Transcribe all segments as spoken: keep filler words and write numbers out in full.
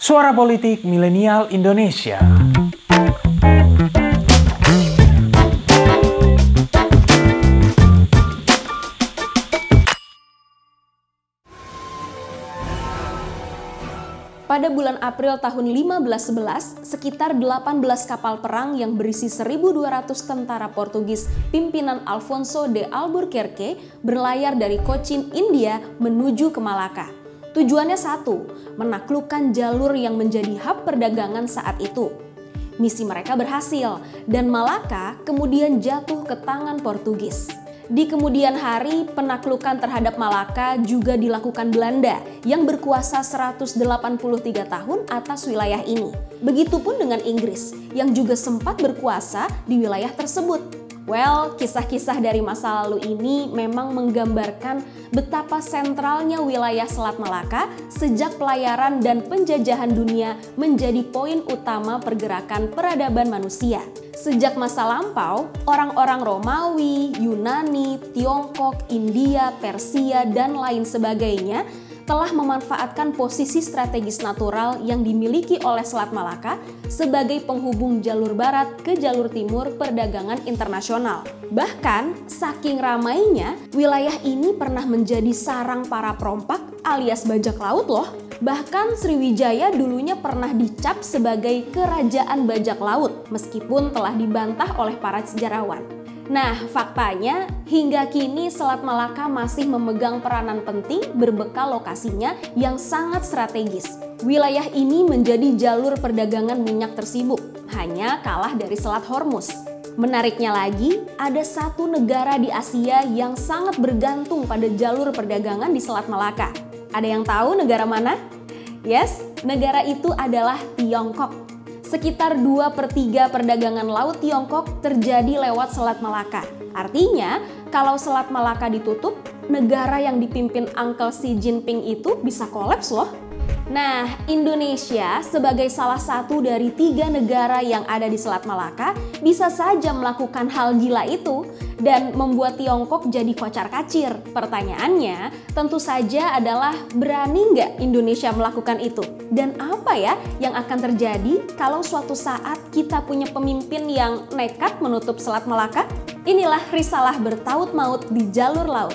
Suara Politik Milenial Indonesia. Pada bulan April tahun lima belas sebelas, sekitar delapan belas kapal perang yang berisi seribu dua ratus tentara Portugis pimpinan Alfonso de Albuquerque berlayar dari Cochin, India menuju ke Malaka. Tujuannya satu, menaklukkan jalur yang menjadi hub perdagangan saat itu. Misi mereka berhasil dan Malaka kemudian jatuh ke tangan Portugis. Di kemudian hari, penaklukan terhadap Malaka juga dilakukan Belanda yang berkuasa seratus delapan puluh tiga tahun atas wilayah ini. Begitupun dengan Inggris yang juga sempat berkuasa di wilayah tersebut. Well, kisah-kisah dari masa lalu ini memang menggambarkan betapa sentralnya wilayah Selat Malaka sejak pelayaran dan penjajahan dunia menjadi poin utama pergerakan peradaban manusia. Sejak masa lampau, orang-orang Romawi, Yunani, Tiongkok, India, Persia, dan lain sebagainya telah memanfaatkan posisi strategis natural yang dimiliki oleh Selat Malaka sebagai penghubung jalur barat ke jalur timur perdagangan internasional. Bahkan, saking ramainya, wilayah ini pernah menjadi sarang para perompak alias bajak laut loh. Bahkan Sriwijaya dulunya pernah dicap sebagai kerajaan bajak laut meskipun telah dibantah oleh para sejarawan. Nah, faktanya hingga kini Selat Malaka masih memegang peranan penting berbekal lokasinya yang sangat strategis. Wilayah ini menjadi jalur perdagangan minyak tersibuk, hanya kalah dari Selat Hormuz. Menariknya lagi, ada satu negara di Asia yang sangat bergantung pada jalur perdagangan di Selat Malaka. Ada yang tahu negara mana? Yes, negara itu adalah Tiongkok. Sekitar dua per tiga perdagangan laut Tiongkok terjadi lewat Selat Malaka. Artinya, kalau Selat Malaka ditutup, negara yang dipimpin Uncle Xi Jinping itu bisa kolaps loh. Nah, Indonesia sebagai salah satu dari tiga negara yang ada di Selat Malaka bisa saja melakukan hal gila itu dan membuat Tiongkok jadi kocar-kacir. Pertanyaannya tentu saja adalah berani nggak Indonesia melakukan itu? Dan apa ya yang akan terjadi kalau suatu saat kita punya pemimpin yang nekat menutup Selat Malaka? Inilah risalah bertaut maut di jalur laut.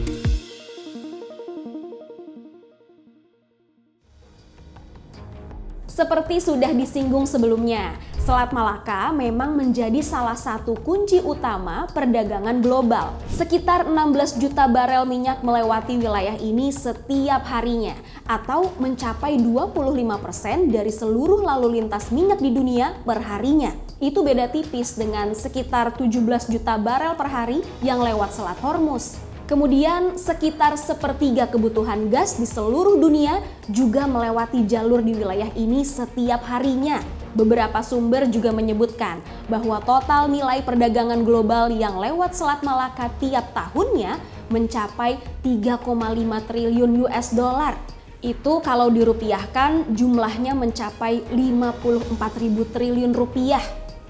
Seperti sudah disinggung sebelumnya, Selat Malaka memang menjadi salah satu kunci utama perdagangan global. Sekitar enam belas juta barel minyak melewati wilayah ini setiap harinya, atau mencapai dua puluh lima persen dari seluruh lalu lintas minyak di dunia per harinya. Itu beda tipis dengan sekitar tujuh belas juta barel per hari yang lewat Selat Hormuz. Kemudian sekitar sepertiga kebutuhan gas di seluruh dunia juga melewati jalur di wilayah ini setiap harinya. Beberapa sumber juga menyebutkan bahwa total nilai perdagangan global yang lewat Selat Malaka tiap tahunnya mencapai tiga koma lima triliun U S dollar. Itu kalau dirupiahkan jumlahnya mencapai lima puluh empat ribu triliun rupiah.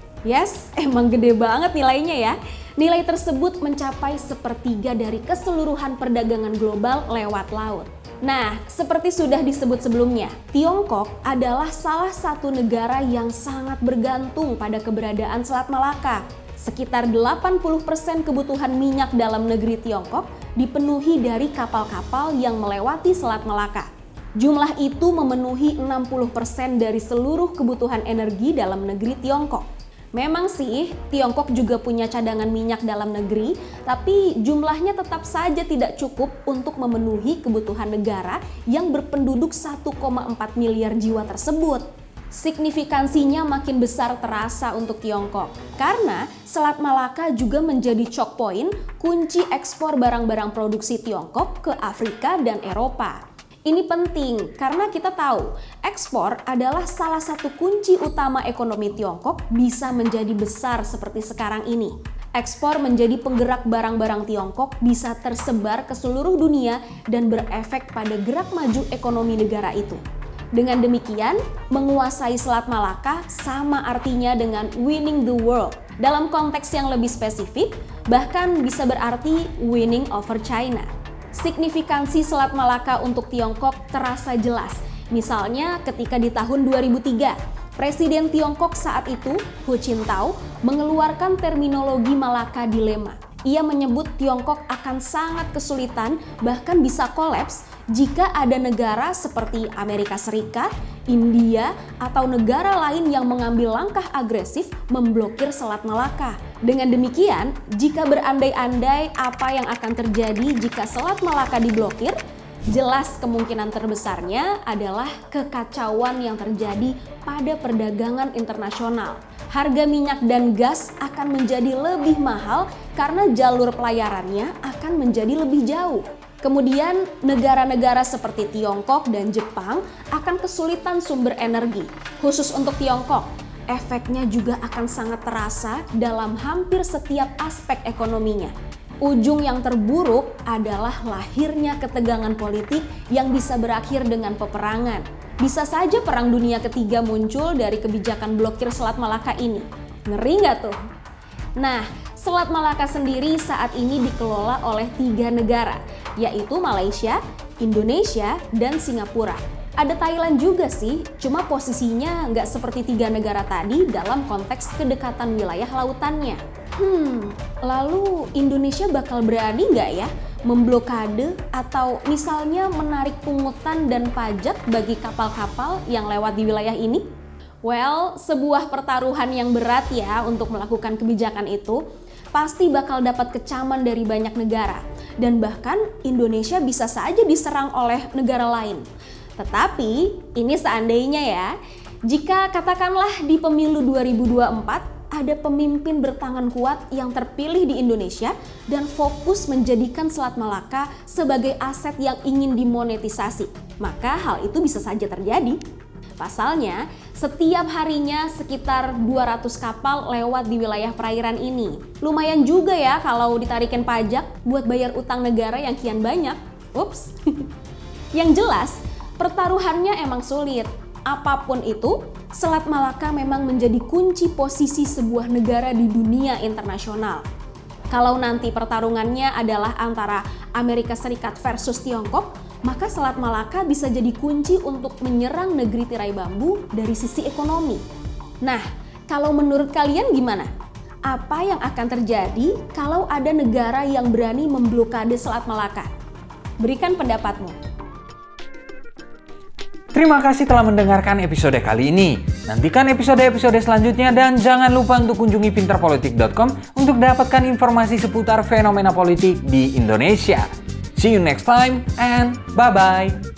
Yes, emang gede banget nilainya ya. Nilai tersebut mencapai sepertiga dari keseluruhan perdagangan global lewat laut. Nah, seperti sudah disebut sebelumnya, Tiongkok adalah salah satu negara yang sangat bergantung pada keberadaan Selat Malaka. Sekitar delapan puluh persen kebutuhan minyak dalam negeri Tiongkok dipenuhi dari kapal-kapal yang melewati Selat Malaka. Jumlah itu memenuhi enam puluh persen dari seluruh kebutuhan energi dalam negeri Tiongkok. Memang sih, Tiongkok juga punya cadangan minyak dalam negeri, tapi jumlahnya tetap saja tidak cukup untuk memenuhi kebutuhan negara yang berpenduduk satu koma empat miliar jiwa tersebut. Signifikansinya makin besar terasa untuk Tiongkok, karena Selat Malaka juga menjadi choke point kunci ekspor barang-barang produksi Tiongkok ke Afrika dan Eropa. Ini penting karena kita tahu ekspor adalah salah satu kunci utama ekonomi Tiongkok bisa menjadi besar seperti sekarang ini. Ekspor menjadi penggerak barang-barang Tiongkok bisa tersebar ke seluruh dunia dan berefek pada gerak maju ekonomi negara itu. Dengan demikian, menguasai Selat Malaka sama artinya dengan winning the world. Dalam konteks yang lebih spesifik, bahkan bisa berarti winning over China. Signifikansi Selat Malaka untuk Tiongkok terasa jelas Misalnya ketika di tahun dua ribu tiga, Presiden Tiongkok saat itu, Hu Jintao, mengeluarkan terminologi Malaka Dilema. Ia menyebut Tiongkok akan sangat kesulitan, bahkan bisa kolaps jika ada negara seperti Amerika Serikat, India, atau negara lain yang mengambil langkah agresif memblokir Selat Malaka. Dengan demikian, jika berandai-andai apa yang akan terjadi jika Selat Malaka diblokir, jelas kemungkinan terbesarnya adalah kekacauan yang terjadi pada perdagangan internasional. Harga minyak dan gas akan menjadi lebih mahal karena jalur pelayarannya akan menjadi lebih jauh. Kemudian, negara-negara seperti Tiongkok dan Jepang akan kesulitan sumber energi. Khusus untuk Tiongkok, efeknya juga akan sangat terasa dalam hampir setiap aspek ekonominya. Ujung yang terburuk adalah lahirnya ketegangan politik yang bisa berakhir dengan peperangan. Bisa saja Perang Dunia Ketiga muncul dari kebijakan blokir Selat Malaka ini. Ngeri nggak tuh? Nah, Selat Malaka sendiri saat ini dikelola oleh tiga negara, yaitu Malaysia, Indonesia, dan Singapura. Ada Thailand juga sih, cuma posisinya nggak seperti tiga negara tadi dalam konteks kedekatan wilayah lautannya. Hmm, lalu Indonesia bakal berani nggak ya memblokade atau misalnya menarik pungutan dan pajak bagi kapal-kapal yang lewat di wilayah ini? Well, sebuah pertaruhan yang berat ya untuk melakukan kebijakan itu. Pasti bakal dapat kecaman dari banyak negara, dan bahkan Indonesia bisa saja diserang oleh negara lain. Tetapi ini seandainya ya, jika katakanlah di pemilu dua ribu dua puluh empat ada pemimpin bertangan kuat yang terpilih di Indonesia dan fokus menjadikan Selat Malaka sebagai aset yang ingin dimonetisasi, maka hal itu bisa saja terjadi. Pasalnya, setiap harinya sekitar dua ratus kapal lewat di wilayah perairan ini. Lumayan juga ya kalau ditarikin pajak buat bayar utang negara yang kian banyak. Ups. Yang jelas, pertaruhannya emang sulit. Apapun itu, Selat Malaka memang menjadi kunci posisi sebuah negara di dunia internasional. Kalau nanti pertarungannya adalah antara Amerika Serikat versus Tiongkok, maka Selat Malaka bisa jadi kunci untuk menyerang negeri tirai bambu dari sisi ekonomi. Nah, kalau menurut kalian gimana? Apa yang akan terjadi kalau ada negara yang berani memblokade Selat Malaka? Berikan pendapatmu. Terima kasih telah mendengarkan episode kali ini. Nantikan episode-episode selanjutnya dan jangan lupa untuk kunjungi pinterpolitik dot com untuk dapatkan informasi seputar fenomena politik di Indonesia. See you next time and bye-bye.